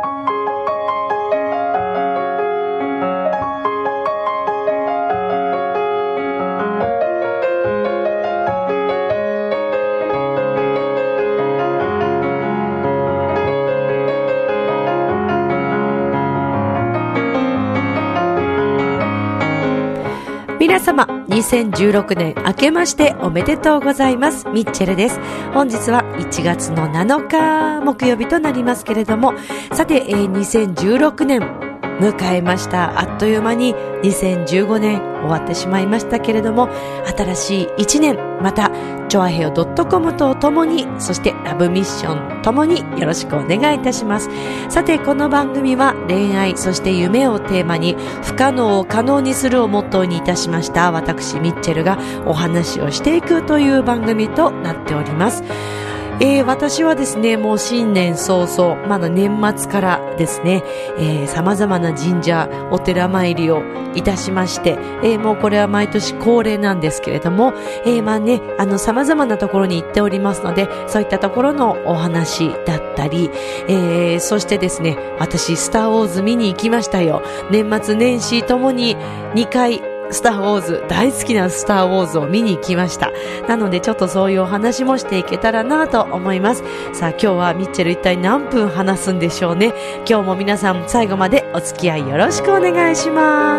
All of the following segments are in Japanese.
皆様2016年明けましておめでとうございます。ミッチェルです。本日は1月の7日木曜日となりますけれども、さて、2016年迎えました。あっという間に2015年終わってしまいましたけれども、新しい1年またチョアヘオ .com とともに、そしてラブミッションともによろしくお願いいたします。さて、この番組は恋愛そして夢をテーマに、不可能を可能にするをモットーにいたしました私ミッチェルがお話をしていくという番組となっております。私はですね、もう新年早々、まだ年末からですね、様々な神社、お寺参りをいたしまして、もうこれは毎年恒例なんですけれども、まあね、様々なところに行っておりますので、そういったところのお話だったり、そしてですね、私、スターウォーズ見に行きましたよ。年末年始ともに2回、スターウォーズ、大好きなスターウォーズを見に行きました。なのでちょっとそういうお話もしていけたらなと思います。さあ今日はミッチェル一体何分話すんでしょうね。今日も皆さん最後までお付き合いよろしくお願いします。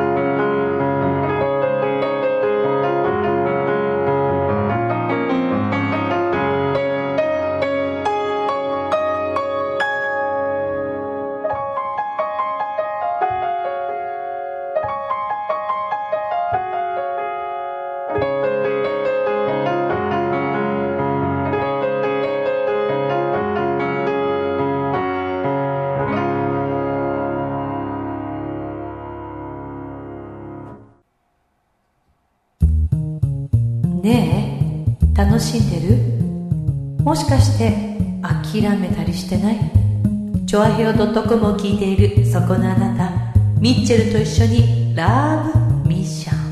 ねえ、楽しんでる？もしかして諦めたりしてない？チョアヘオ .com を聞いているそこのあなた、ミッチェルと一緒にラブミッション。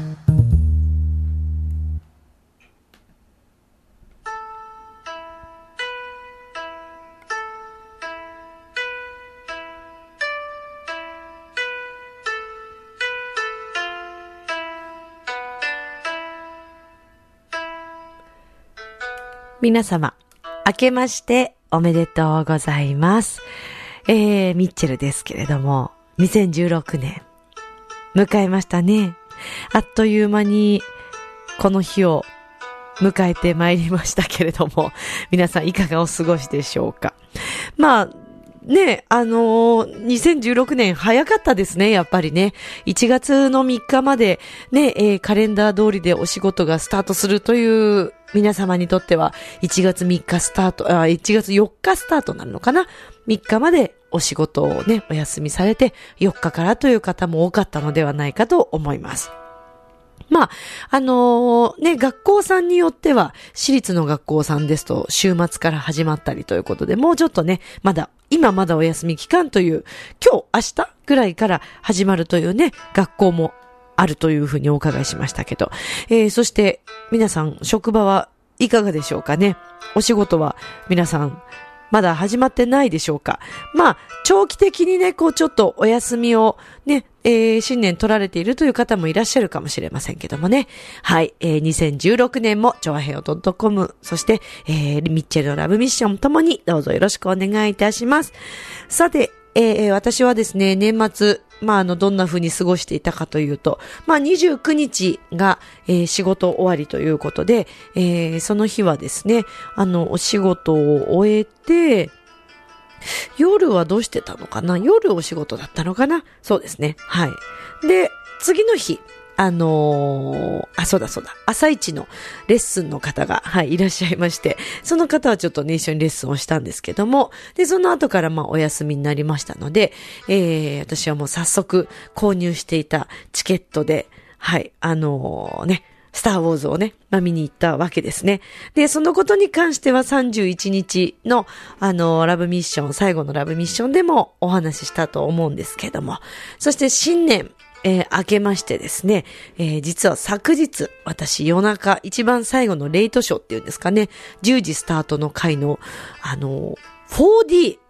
皆様、明けましておめでとうございます。ミッチェルですけれども、2016年迎えましたね。あっという間にこの日を迎えてまいりましたけれども、皆さんいかがお過ごしでしょうか。まあね、2016年早かったですね、やっぱりね。1月の3日までね、カレンダー通りでお仕事がスタートするという皆様にとっては、1月3日スタート、1月4日スタートなのかな。3日までお仕事をね、お休みされて、4日からという方も多かったのではないかと思います。まあ、学校さんによっては、私立の学校さんですと、週末から始まったりということで、もうちょっとね、今まだお休み期間という、今日、明日ぐらいから始まるというね、学校もあるというふうにお伺いしましたけど、そして、皆さん、職場はいかがでしょうかね。お仕事は、皆さん、まだ始まってないでしょうか。まあ、長期的にね、ちょっとお休みをね、新年取られているという方もいらっしゃるかもしれませんけどもね。はい、2016年もチョアヘオ .com、そして、ミッチェルのラブミッションともにどうぞよろしくお願いいたします。さて、私はですね、年末、どんな風に過ごしていたかというと、29日が、仕事終わりということで、その日はですね、お仕事を終えて、夜はどうしてたのかな？夜お仕事だったのかな？そうですね。はい。で、次の日、そうだ。朝一のレッスンの方が、はい、いらっしゃいまして、その方はちょっとね、一緒にレッスンをしたんですけども、で、その後からお休みになりましたので、私はもう早速購入していたチケットで、はい、スターウォーズをね、見に行ったわけですね。で、そのことに関しては31日の、ラブミッション、最後のラブミッションでもお話ししたと思うんですけども、そして新年、明けましてですね、実は昨日、私夜中、一番最後のレイトショーっていうんですかね、10時スタートの回の、4D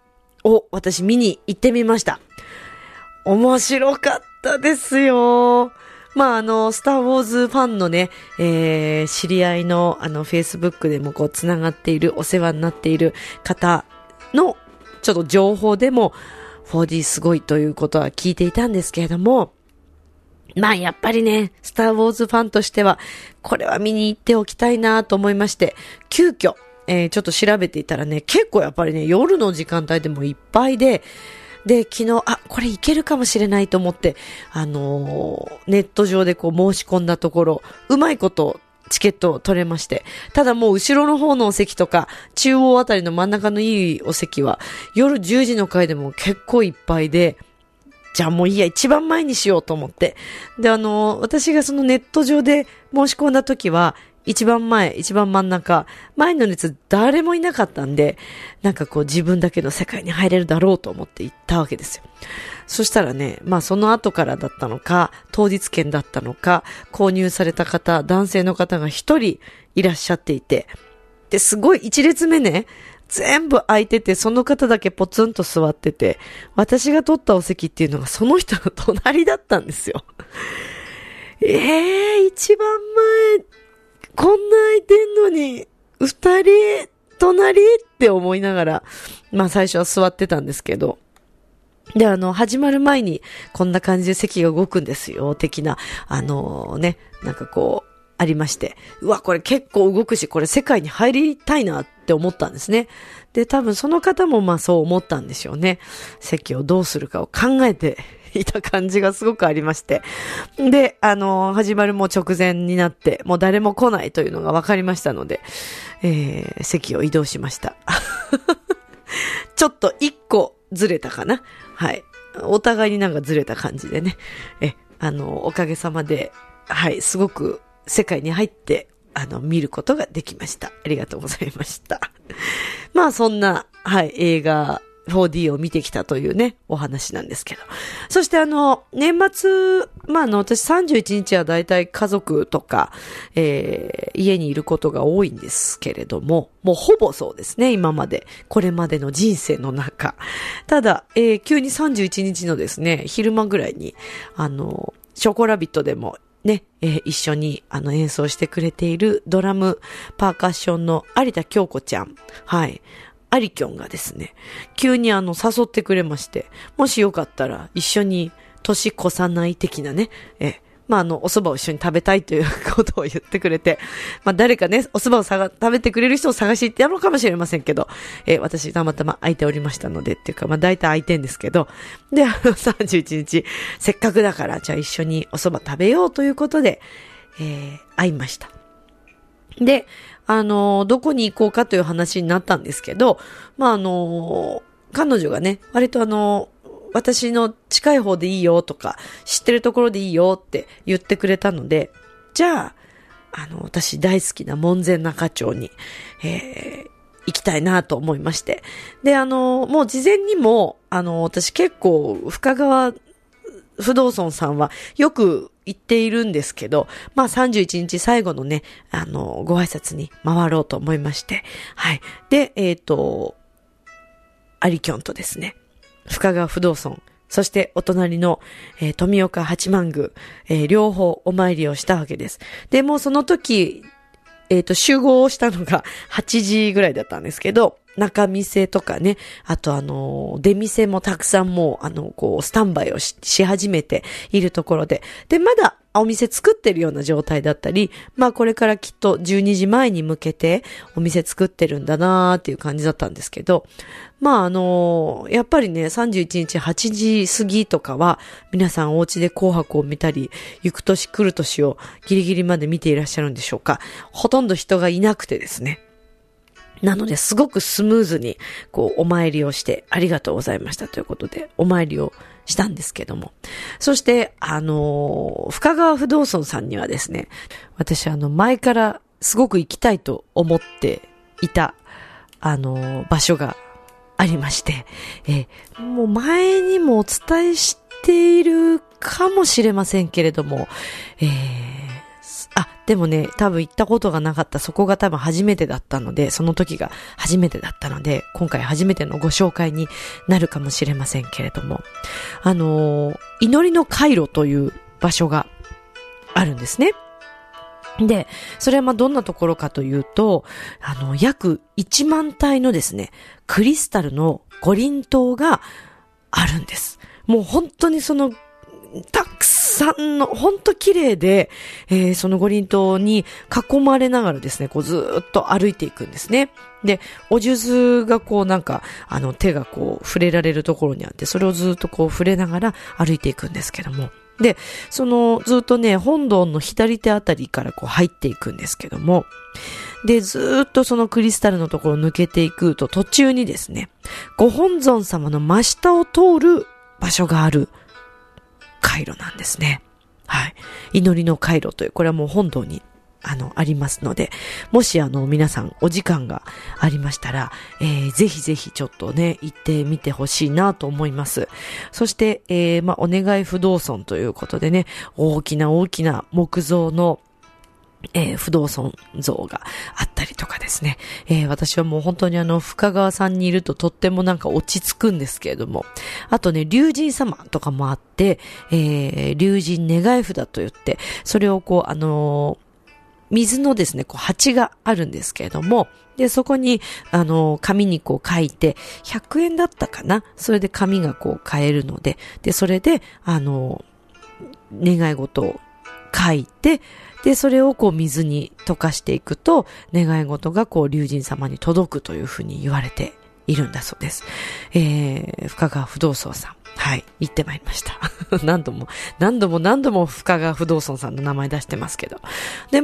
を私見に行ってみました。面白かったですよ。まあ、スターウォーズファンのね、知り合いのFacebook でもこう繋がっている、お世話になっている方のちょっと情報でも 4D すごいということは聞いていたんですけれども、まあやっぱりね、スターウォーズファンとしてはこれは見に行っておきたいなと思いまして、急遽、ちょっと調べていたらね、結構やっぱりね、夜の時間帯でもいっぱいで、昨日、これいけるかもしれないと思って、ネット上でこう申し込んだところ、うまいことチケットを取れまして、ただもう後ろの方のお席とか、中央あたりの真ん中のいいお席は、夜10時の回でも結構いっぱいで、じゃあもういいや、一番前にしようと思って。で、私がそのネット上で申し込んだ時は、一番前、一番真ん中、前の列誰もいなかったんで、なんかこう自分だけの世界に入れるだろうと思って行ったわけですよ。そしたらね、まあその後からだったのか、当日券だったのか、購入された方、男性の方が一人いらっしゃっていて、で、すごい一列目ね、全部空いてて、その方だけポツンと座ってて、私が取ったお席っていうのがその人の隣だったんですよ。一番前、こんな空いてんのに、二人、隣って思いながら、まあ最初は座ってたんですけど、で、始まる前に、こんな感じで席が動くんですよ、的な、なんかこう、ありまして、うわ、これ結構動くし、これ世界に入りたいなって思ったんですね。で、多分その方もまあそう思ったんでしょうね。席をどうするかを考えていた感じがすごくありまして。で、始まるもう直前になって、もう誰も来ないというのが分かりましたので、席を移動しました。ちょっと一個ずれたかな。はい。お互いになんかずれた感じでね。おかげさまで、はい、すごく世界に入って、見ることができました。ありがとうございました。まあそんな、はい、映画 4D を見てきたというね、お話なんですけど。そして年末、まあ私31日はだいたい家族とか、家にいることが多いんですけれども、もうほぼそうですね、今まで。これまでの人生の中。ただ、急に31日のですね、昼間ぐらいに、ショコラビットでも、ね、一緒に演奏してくれているドラムパーカッションの有田京子ちゃん。はい。アリキョンがですね、急に誘ってくれまして、もしよかったら一緒に年越さない的なね、まあお蕎麦を一緒に食べたいということを言ってくれて、まあ誰かね、お蕎麦を食べてくれる人を探していってやろうかもしれませんけど、私たまたま空いておりましたのでっていうか、まあ大体空いてんですけど、で、31日、せっかくだから、じゃあ一緒にお蕎麦食べようということで、会いました。で、どこに行こうかという話になったんですけど、まあ彼女がね、割と私の近い方でいいよとか、知ってるところでいいよって言ってくれたので、じゃあ、私大好きな門前仲町に、行きたいなと思いまして。で、もう事前にも、私結構、深川不動尊さんはよく行っているんですけど、まあ31日最後のね、ご挨拶に回ろうと思いまして、はい。で、アリキョンとですね、深川不動尊、そしてお隣の、富岡八幡宮、両方お参りをしたわけです。で、もうその時、集合したのが8時ぐらいだったんですけど、中店とかね、あと出店もたくさんもう、こう、スタンバイをし始めているところで、で、まだお店作ってるような状態だったり、まあこれからきっと12時前に向けてお店作ってるんだなーっていう感じだったんですけど、まあやっぱりね、31日8時過ぎとかは、皆さんお家で紅白を見たり、行く年来る年をギリギリまで見ていらっしゃるんでしょうか。ほとんど人がいなくてですね。なのですごくスムーズにこうお参りをしてありがとうございましたということでお参りをしたんですけども。そして深川不動尊さんにはですね、私前からすごく行きたいと思っていた場所がありまして、もう前にもお伝えしているかもしれませんけれども、 でもね、多分行ったことがなかった、そこが多分初めてだったので、その時が初めてだったので、今回初めてのご紹介になるかもしれませんけれども、祈りの回路という場所があるんですね。で、それはどんなところかというと、約1万体のですね、クリスタルの五輪塔があるんです。もう本当にたくさんの、本当綺麗で、その五輪塔に囲まれながらですね、こうずーっと歩いていくんですね。で、お数珠が手が触れられるところにあって、それをずーっと触れながら歩いていくんですけども。で、ずっとね、本堂の左手あたりから入っていくんですけども、で、ずーっとそのクリスタルのところを抜けていくと、途中にですね、ご本尊様の真下を通る場所がある回路なんですね。はい。祈りの回路という、これはもう本堂にありますので、もし皆さんお時間がありましたら、ぜひぜひちょっとね、行ってみてほしいなと思います。そして、お願い不動尊ということでね、大きな木造の不動尊像があったりとかですね。私はもう本当に深川さんにいるととっても落ち着くんですけれども、あとね、龍神様とかもあって、龍神願い札と言って、それを水のですね、鉢があるんですけれども、で、そこに、紙に書いて、100円だったかな？それで紙が買えるので、で、それで、願い事を書いて、で、それを水に溶かしていくと、願い事が龍神様に届くというふうに言われているんだそうです。深川不動尊さん。はい、行ってまいりました。何度も深川不動尊さんの名前出してますけど。で、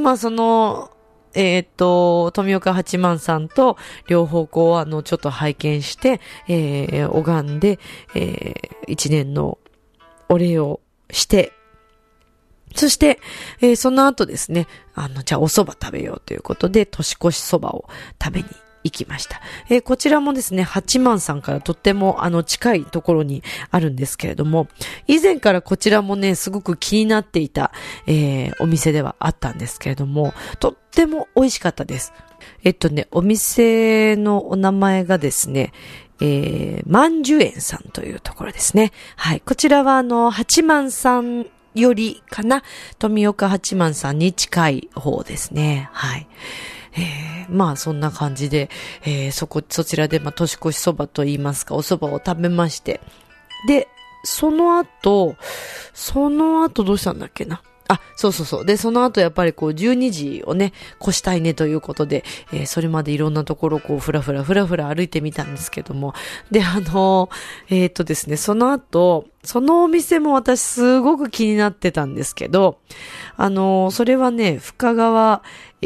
富岡八幡さんと両方ちょっと拝見して、拝んで、一年のお礼をして、そして、その後ですね、じゃあお蕎麦食べようということで、年越し蕎麦を食べに行きました。こちらもですね、八幡さんからとっても近いところにあるんですけれども、以前からこちらもね、すごく気になっていた、お店ではあったんですけれども、とっても美味しかったです。お店のお名前がですね、万寿園さんというところですね。はい。こちらは八幡さんよりかな、富岡八幡さんに近い方ですね。はい。そんな感じで、そちらで年越しそばと言いますか、お蕎麦を食べまして。で、その後どうしたんだっけな。そう。で、その後やっぱり12時をね、越したいねということで、それまでいろんなところをふらふら歩いてみたんですけども。で、ですね、その後、そのお店も私すごく気になってたんですけど、それはね、深川、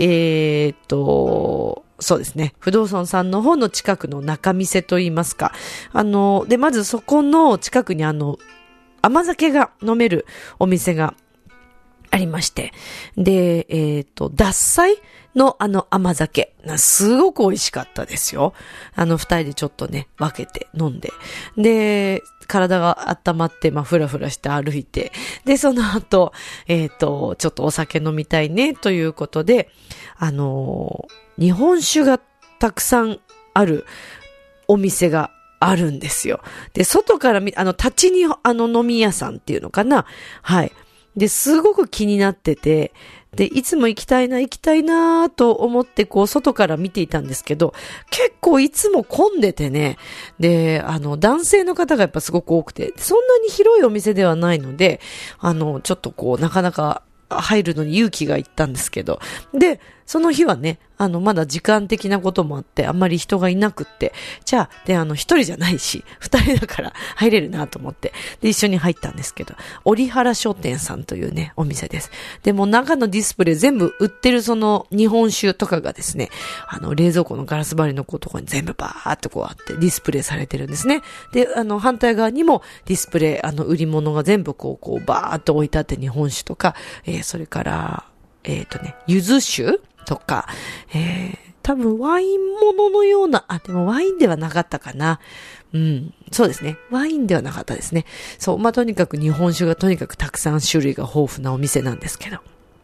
そうですね。不動尊さんの方の近くの中店と言いますか。で、まずそこの近くに甘酒が飲めるお店がありまして。で、獺祭の甘酒。すごく美味しかったですよ。二人でちょっとね、分けて飲んで。で、体が温まって、ふらふらして歩いて。で、その後、ちょっとお酒飲みたいね、ということで、日本酒がたくさんあるお店があるんですよ。で、外から立ちに、飲み屋さんっていうのかな。はい。で、すごく気になってて、で、いつも行きたいなと思って外から見ていたんですけど、結構いつも混んでてね、で、男性の方がやっぱすごく多くて、そんなに広いお店ではないので、ちょっとなかなか入るのに勇気がいったんですけど、で、その日はね、まだ時間的なこともあって、あんまり人がいなくって、じゃあ、で、一人じゃないし、二人だから入れるなと思って、で、一緒に入ったんですけど、折原商店さんというね、お店です。でも中のディスプレイ全部売ってるその日本酒とかがですね、冷蔵庫のガラス張りのところに全部バーっとあってディスプレイされてるんですね。で、反対側にもディスプレイ、売り物が全部バーっと置いてあって日本酒とか、それから、柚子酒とか、多分ワインもののような、でもワインではなかったかな。うん、そうですね。ワインではなかったですね。そう、とにかく日本酒がとにかくたくさん種類が豊富なお店なんですけど。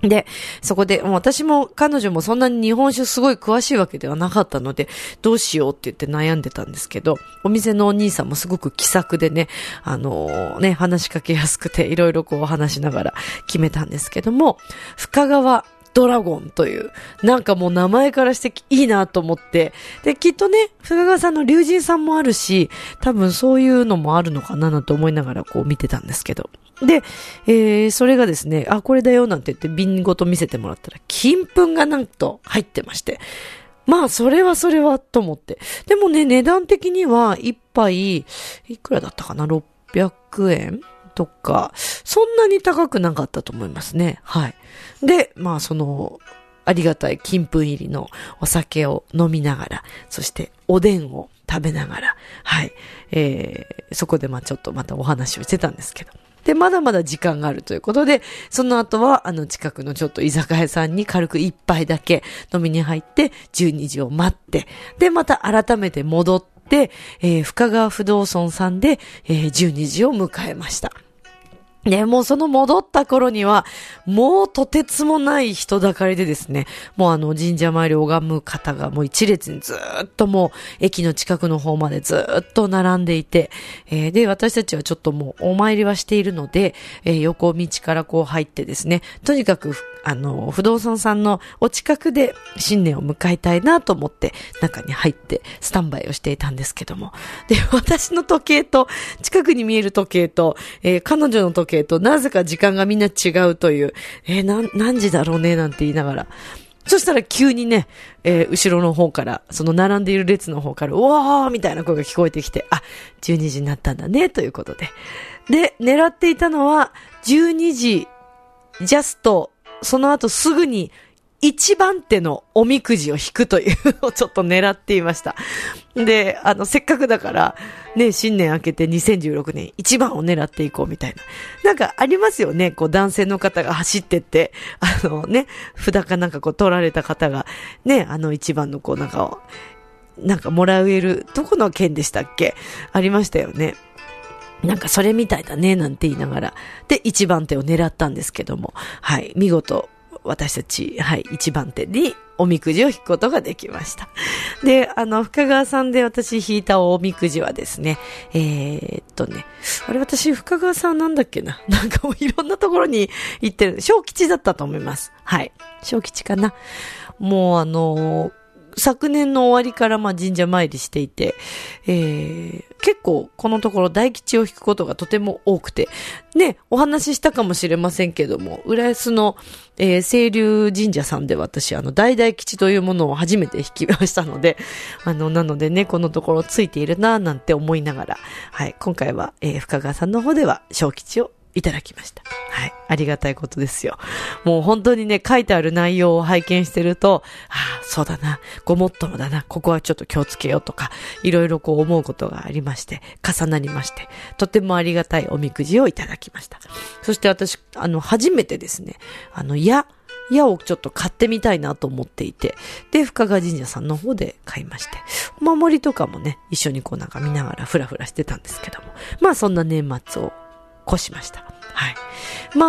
で、そこで、私も彼女もそんなに日本酒すごい詳しいわけではなかったので、どうしようって言って悩んでたんですけど、お店のお兄さんもすごく気さくでね、話しかけやすくて、いろいろこう話しながら決めたんですけども、深川ドラゴンという、なんかもう名前からしていいなと思って、で、きっとね、深川さんの龍神さんもあるし、多分そういうのもあるのかなと思いながらこう見てたんですけど、で、それがですね、これだよなんて言って瓶ごと見せてもらったら、金粉がなんと入ってまして。まあ、それはと思って。でもね、値段的には一杯、いくらだったかな ?600 円とか、そんなに高くなかったと思いますね。はい。で、まあ、ありがたい金粉入りのお酒を飲みながら、そしておでんを食べながら、はい。そこでちょっとまたお話をしてたんですけど。で、まだまだ時間があるということで、その後は、近くのちょっと居酒屋さんに軽く一杯だけ飲みに入って、12時を待って、で、また改めて戻って、深川不動尊さんで、12時を迎えました。ね、もうその戻った頃には、もうとてつもない人だかりでですね、もう神社参りを拝む方がもう一列にずーっともう駅の近くの方までずーっと並んでいて、で、私たちはちょっともうお参りはしているので、横道からこう入ってですね、とにかく不動産さんのお近くで新年を迎えたいなと思って中に入ってスタンバイをしていたんですけども。で、私の時計と、近くに見える時計と、彼女の時計となぜか時間がみんな違うという、何時だろうねなんて言いながら。そしたら急にね、後ろの方から、その並んでいる列の方から、うわーみたいな声が聞こえてきて、12時になったんだね、ということで。で、狙っていたのは、12時、ジャスト、その後すぐに一番手のおみくじを引くというのをちょっと狙っていました。で、せっかくだから、ね、新年明けて2016年一番を狙っていこうみたいな。なんかありますよね、こう男性の方が走ってって、札かなんかこう取られた方が、ね、一番のこうなんかもらえる、どこの県でしたっけ？ありましたよね。なんかそれみたいだねなんて言いながらで一番手を狙ったんですけども、はい見事私たち一番手におみくじを引くことができました。で深川さんで私引いたおみくじはですねあれ私深川さんなんだっけな、なんかもういろんなところに行ってる小吉だったと思います。はい小吉かな。もう昨年の終わりから神社参りしていて、結構このところ大吉を引くことがとても多くて、ね、お話ししたかもしれませんけども、浦安の、清流神社さんで私大々吉というものを初めて引きましたので、なのでね、このところついているななんて思いながら、はい、今回は、深川さんの方では小吉をいただきました。はい。ありがたいことですよ。もう本当にね、書いてある内容を拝見してると、そうだな、ごもっともだな、ここはちょっと気をつけようとか、いろいろこう思うことがありまして、重なりまして、とてもありがたいおみくじをいただきました。そして私、初めてですね、矢をちょっと買ってみたいなと思っていて、で、深川神社さんの方で買いまして、お守りとかもね、一緒にこうなんか見ながらフラフラしてたんですけども、そんな年末を越しました。はい。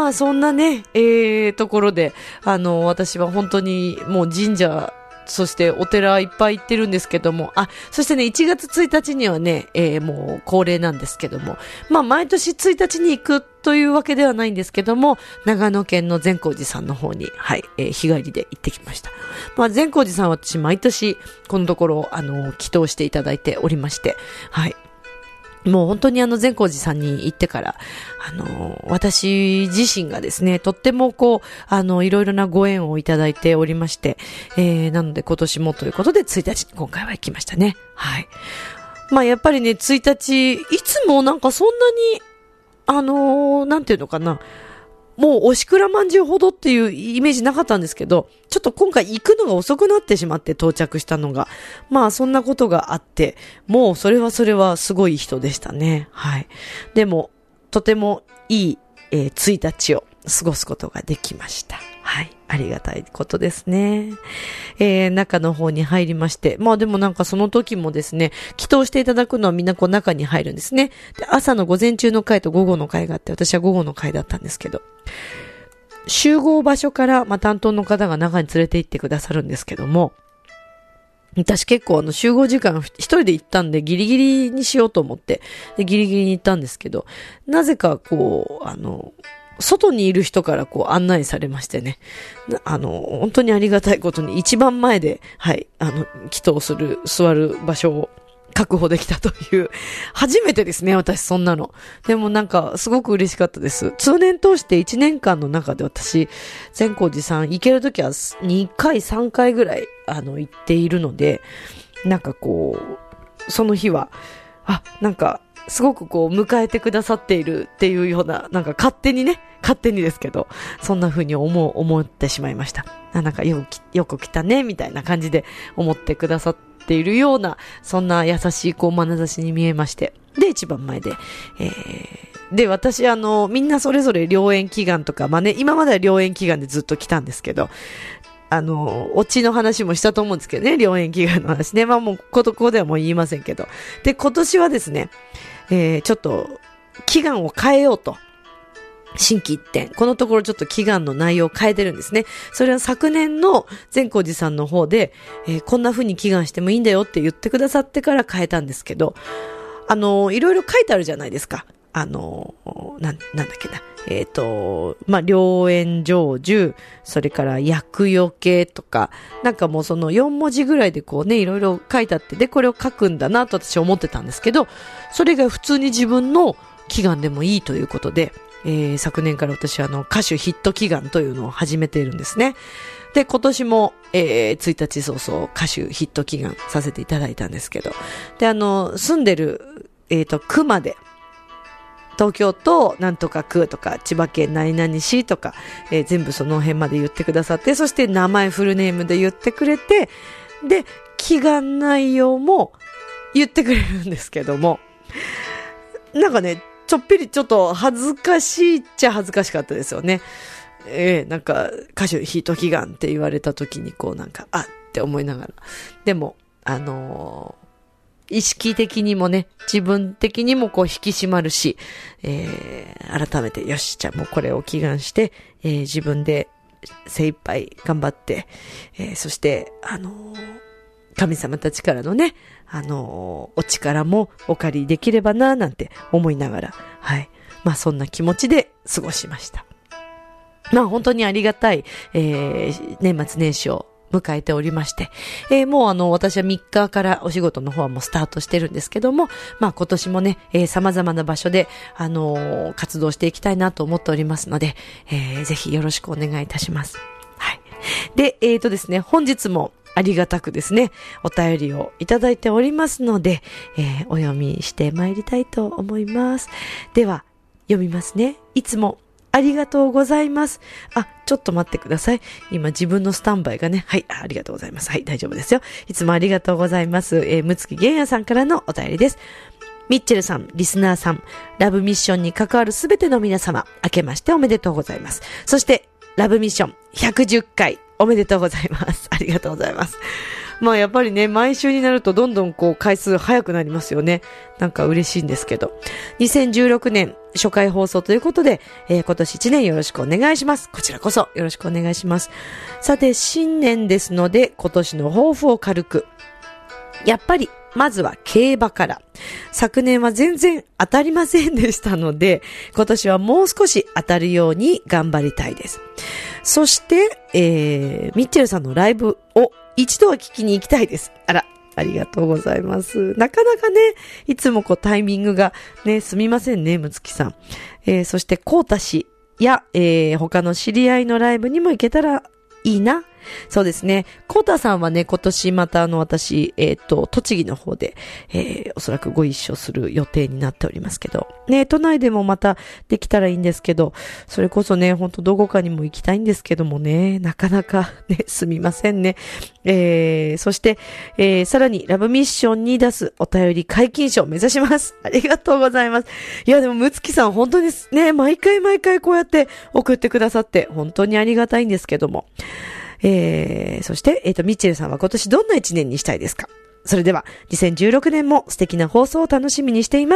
そんなね、ところで、私は本当にもう神社、そしてお寺いっぱい行ってるんですけども、そしてね、1月1日にはね、もう恒例なんですけども、毎年1日に行くというわけではないんですけども、長野県の善光寺さんの方に、はい、日帰りで行ってきました。善光寺さんは私毎年、このところ、祈祷していただいておりまして、はい。もう本当に善光寺さんに行ってから、私自身がですね、とってもこう、いろいろなご縁をいただいておりまして、なので今年もということで1日に今回は行きましたね。はい。やっぱりね、1日、いつもなんかそんなに、なんていうのかな、もうおしくらまんじゅうほどっていうイメージなかったんですけど、ちょっと今回行くのが遅くなってしまって到着したのが、そんなことがあって、もうそれはすごい人でしたね。はい。でも、とてもいい、1日を過ごすことができました。はい。ありがたいことですね。中の方に入りまして。でもなんかその時もですね、祈祷していただくのはみんなこう中に入るんですね。で、朝の午前中の会と午後の会があって、私は午後の会だったんですけど。 集合場所から、担当の方が中に連れて行ってくださるんですけども、私結構集合時間一人で行ったんでギリギリにしようと思って、でギリギリに行ったんですけど、なぜか外にいる人から案内されましてね。本当にありがたいことに一番前で、はい、祈祷する、座る場所を確保できたという、初めてですね、私そんなの。でもすごく嬉しかったです。通年通して1年間の中で私、善光寺さん行けるときは2回、3回ぐらい、行っているので、その日は、すごく迎えてくださっているっていうような、勝手にですけど、そんな風に思ってしまいました。よく来たね、みたいな感じで思ってくださっているような、そんな優しい眼差しに見えまして。で、一番前で、で、私みんなそれぞれ良縁祈願とか、今までは良縁祈願でずっと来たんですけど、オチの話もしたと思うんですけどね、良縁祈願の話ね。もう、ここではもう言いませんけど。で、今年はですね、ちょっと、祈願を変えようと。心機一転。このところちょっと祈願の内容を変えてるんですね。それは昨年の善光寺さんの方で、こんな風に祈願してもいいんだよって言ってくださってから変えたんですけど、いろいろ書いてあるじゃないですか。なんだっけな。良縁成就、それから厄除けとか、もうその4文字ぐらいでいろいろ書いてあって、で、これを書くんだなと私は思ってたんですけど、それが普通に自分の祈願でもいいということで、昨年から私は歌手ヒット祈願というのを始めているんですね。で、今年も、1日早々歌手ヒット祈願させていただいたんですけど、で、住んでる、区まで、東京都なんとか区とか千葉県何々市とか、全部その辺まで言ってくださって、そして名前フルネームで言ってくれて、で、祈願内容も言ってくれるんですけども、ちょっぴりちょっと恥ずかしいっちゃ恥ずかしかったですよね。歌手ヒート祈願って言われた時にあって思いながら。でも、意識的にもね、自分的にも引き締まるし、改めて、よし、じゃあもうこれを祈願して、自分で精一杯頑張って、そして、神様たちからのね、お力もお借りできればな、なんて思いながら、はい。そんな気持ちで過ごしました。本当にありがたい、年末年始を迎えておりまして、もう私は3日からお仕事の方はもうスタートしてるんですけども、今年もね、様々な場所で、活動していきたいなと思っておりますので、ぜひよろしくお願いいたします。はい。で、ですね、本日もありがたくですね、お便りをいただいておりますので、お読みしてまいりたいと思います。では、読みますね。いつもありがとうございます。ちょっと待ってください。今自分のスタンバイがね。はい、ありがとうございます。はい、大丈夫ですよ。いつもありがとうございます。むつきげんやさんからのお便りです。ミッチェルさん、リスナーさん、ラブミッションに関わるすべての皆様、明けましておめでとうございます。そして、ラブミッション110回おめでとうございます。ありがとうございます。やっぱりね、毎週になるとどんどん回数早くなりますよね。嬉しいんですけど。2016年初回放送ということで、今年1年よろしくお願いします。こちらこそよろしくお願いします。さて、新年ですので、今年の抱負を軽く。やっぱり、まずは競馬から。昨年は全然当たりませんでしたので、今年はもう少し当たるように頑張りたいです。そして、ミッチェルさんのライブを一度は聞きに行きたいです。ありがとうございます。なかなかね、いつもタイミングがね、すみませんね、むつきさん。そして、コータ氏や、他の知り合いのライブにも行けたらいいな。そうですね。コータさんはね、今年また私、栃木の方で、おそらくご一緒する予定になっておりますけど、ね、都内でもまたできたらいいんですけど、それこそね、ほんとどこかにも行きたいんですけどもね、なかなかね、すみませんね。そして、さらにラブミッションに出すお便り解禁賞を目指します。ありがとうございます。いや、でもむつきさん本当にね、毎回こうやって送ってくださって、本当にありがたいんですけども。そして、ミッチェルさんは今年どんな一年にしたいですか？それでは、2016年も素敵な放送を楽しみにしています。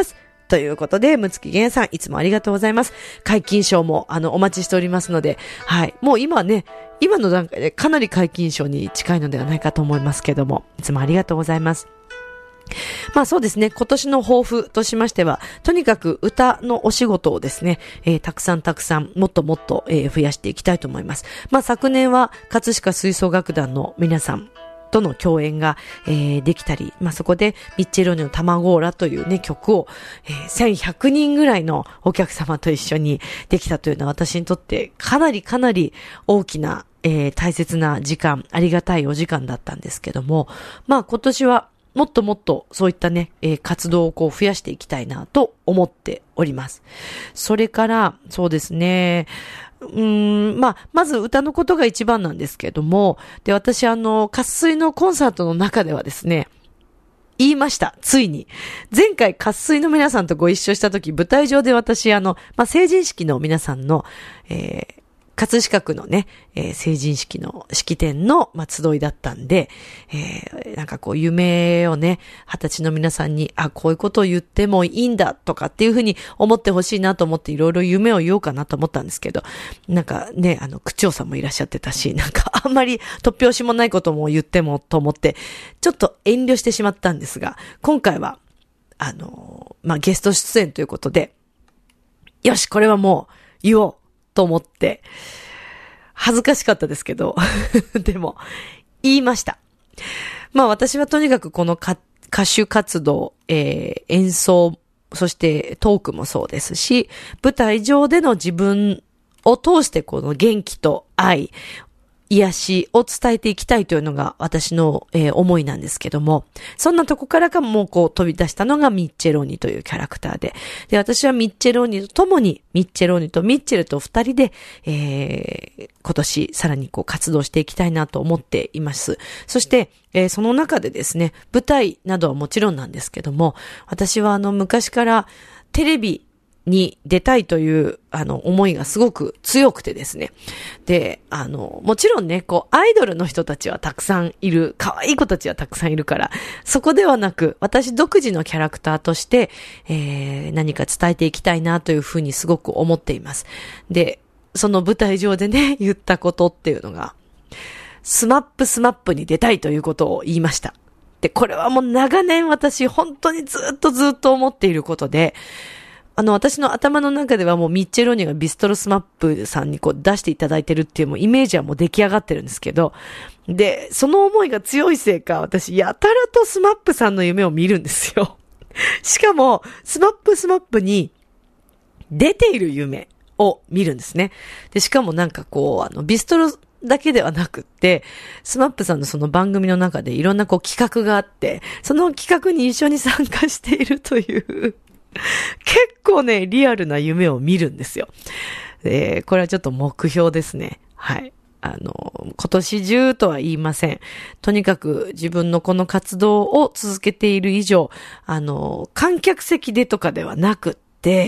ということで、むつきげんさん、いつもありがとうございます。解禁賞も、お待ちしておりますので、はい。もう今ね、今の段階でかなり解禁賞に近いのではないかと思いますけども、いつもありがとうございます。まあそうですね、今年の抱負としましては、とにかく歌のお仕事をですね、たくさんもっともっと、増やしていきたいと思います。まあ昨年は葛飾吹奏楽団の皆さんとの共演が、できたり、まあそこでミッチェローニの卵ーラというね曲を、1100人ぐらいのお客様と一緒にできたというのは私にとってかなり大きな、大切な時間、ありがたいお時間だったんですけども、まあ今年はもっともっとそういったね、活動をこう増やしていきたいなと思っております。それから、そうですね、まず歌のことが一番なんですけども、で、私渇水のコンサートの中ではですね、言いました。ついに。前回、渇水の皆さんとご一緒したとき、舞台上で私、成人式の皆さんの、葛飾区のね、成人式の式典の、集いだったんで、なんかこう夢をね、20歳の皆さんに、こういうことを言ってもいいんだとかっていうふうに思ってほしいなと思っていろいろ夢を言おうかなと思ったんですけど、なんかね、区長さんもいらっしゃってたし、なんかあんまり突拍子もないことも言ってもと思って、ちょっと遠慮してしまったんですが、今回は、ゲスト出演ということで、よし、これはもう言おうと思って、恥ずかしかったですけど、でも、言いました。まあ私はとにかくこの歌手活動、演奏、そしてトークもそうですし、舞台上での自分を通してこの元気と愛、癒しを伝えていきたいというのが私の、思いなんですけども、そんなとこからかもうこう飛び出したのがミッチェローニというキャラクターで、私はミッチェローニと共に、ミッチェローニとミッチェルと二人で、今年さらにこう活動していきたいなと思っています。そして、その中でですね、舞台などはもちろんなんですけども、私は昔からテレビに出たいという思いがすごく強くてですね。で、もちろんね、こうアイドルの人たちはたくさんいる、可愛い子たちはたくさんいるから、そこではなく私独自のキャラクターとして、何か伝えていきたいなというふうにすごく思っています。で、その舞台上でね、言ったことっていうのが、スマップに出たいということを言いました。で、これはもう長年私本当にずっと思っていることで、私の頭の中ではもうミッチェローニがビストロスマップさんにこう出していただいてるっていうもうイメージはもう出来上がってるんですけど、で、その思いが強いせいか、私やたらとスマップさんの夢を見るんですよ。しかも、スマップに出ている夢を見るんですね。で、しかもなんかこう、ビストロだけではなくって、スマップさんのその番組の中でいろんなこう企画があって、その企画に一緒に参加しているという、結構ね、リアルな夢を見るんですよ。これはちょっと目標ですね。はい。今年中とは言いません。とにかく自分のこの活動を続けている以上、観客席でとかではなくって、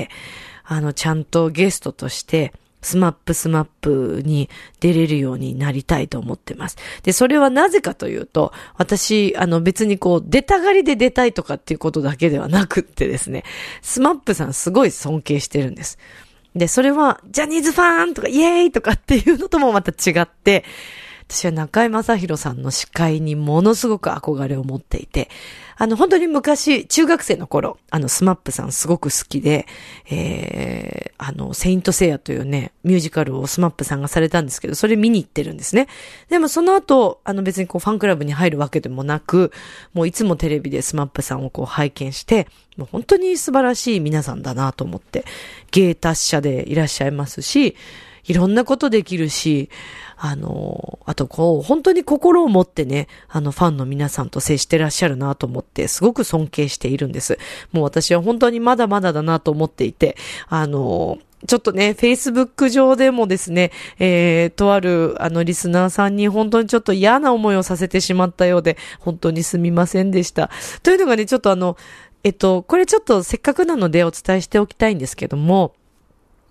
ちゃんとゲストとして、スマップに出れるようになりたいと思ってます。で、それはなぜかというと、私、別にこう、出たがりで出たいとかっていうことだけではなくってですね、スマップさんすごい尊敬してるんです。で、それは、ジャニーズファンとか、イエーイとかっていうのともまた違って、私は中居正広さんの司会にものすごく憧れを持っていて、本当に昔、中学生の頃、スマップさんすごく好きで、セイントセイヤというね、ミュージカルをスマップさんがされたんですけど、それ見に行ってるんですね。でもその後、別にこうファンクラブに入るわけでもなく、もういつもテレビでスマップさんをこう拝見して、もう本当に素晴らしい皆さんだなと思って、芸達者でいらっしゃいますし、いろんなことできるし、あとこう、本当に心を持ってね、ファンの皆さんと接してらっしゃるなと思って、すごく尊敬しているんです。もう私は本当にまだまだだなと思っていて、ちょっとね、Facebook 上でもですね、とあるリスナーさんに本当にちょっと嫌な思いをさせてしまったようで、本当にすみませんでした。というのがね、ちょっとこれちょっとせっかくなのでお伝えしておきたいんですけども、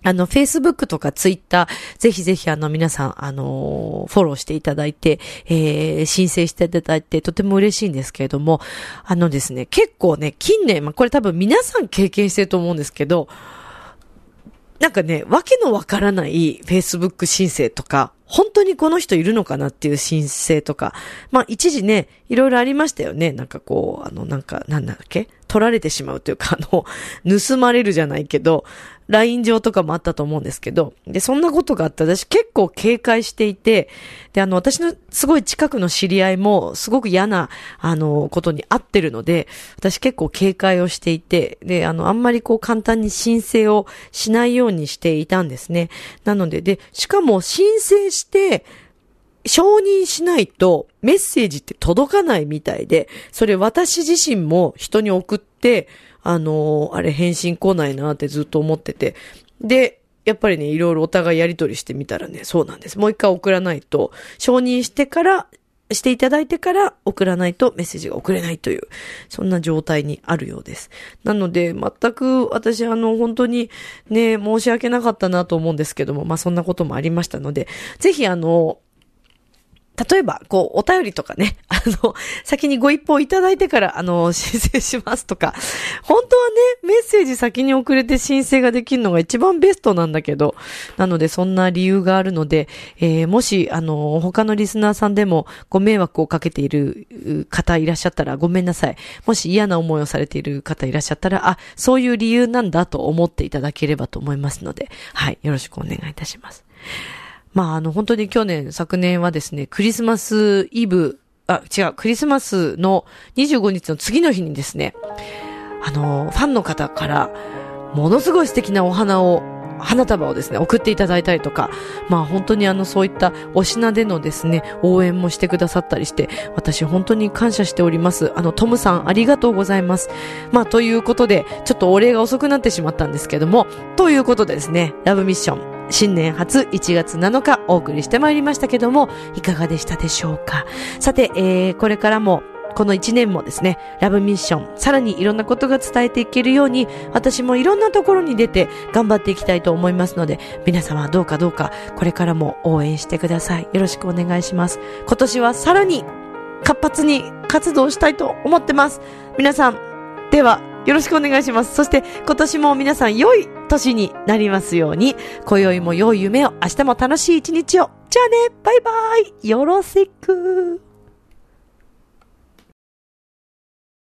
Facebook とか Twitter、ぜひぜひ皆さん、フォローしていただいて、申請していただいて、とても嬉しいんですけれども、ですね、結構ね、近年、これ多分皆さん経験してると思うんですけど、なんかね、わけのわからない Facebook 申請とか、本当にこの人いるのかなっていう申請とか、一時ね、いろいろありましたよね。なんかこう、なんだっけ？取られてしまうというか、盗まれるじゃないけど、LINE 上とかもあったと思うんですけど、で、そんなことがあって私結構警戒していて、で、私のすごい近くの知り合いもすごく嫌な、ことに合ってるので、私結構警戒をしていて、で、あんまりこう簡単に申請をしないようにしていたんですね。なので、しかも申請して、承認しないとメッセージって届かないみたいで、それ私自身も人に送って、あれ返信来ないなってずっと思ってて。で、やっぱりね、いろいろお互いやり取りしてみたらね、そうなんです。もう一回送らないと、承認していただいてから送らないとメッセージが送れないという、そんな状態にあるようです。なので、全く私本当にね、申し訳なかったなと思うんですけども、そんなこともありましたので、ぜひ例えば、こう、お便りとかね、先にご一報いただいてから、申請しますとか、本当はね、メッセージ先に送れて申請ができるのが一番ベストなんだけど、なので、そんな理由があるので、もし、他のリスナーさんでもご迷惑をかけている方いらっしゃったらごめんなさい。もし嫌な思いをされている方いらっしゃったら、そういう理由なんだと思っていただければと思いますので、はい、よろしくお願いいたします。本当に昨年はですね、クリスマスの25日の次の日にですね、ファンの方から、ものすごい素敵な花束をですね、送っていただいたりとか、本当にそういったお品でのですね、応援もしてくださったりして、私本当に感謝しております。トムさんありがとうございます。ということで、ちょっとお礼が遅くなってしまったんですけども、ということでですね、ラブミッション、新年初1月7日お送りしてまいりましたけども、いかがでしたでしょうか。さて、これからもこの1年もですね、ラブミッション、さらにいろんなことが伝えていけるように、私もいろんなところに出て頑張っていきたいと思いますので、皆様どうかこれからも応援してください。よろしくお願いします。今年はさらに活発に活動したいと思ってます。皆さん、ではよろしくお願いします。そして今年も皆さん良い年になりますように、今宵も良い夢を、明日も楽しい一日を。じゃあね、バイバイ。よろしく。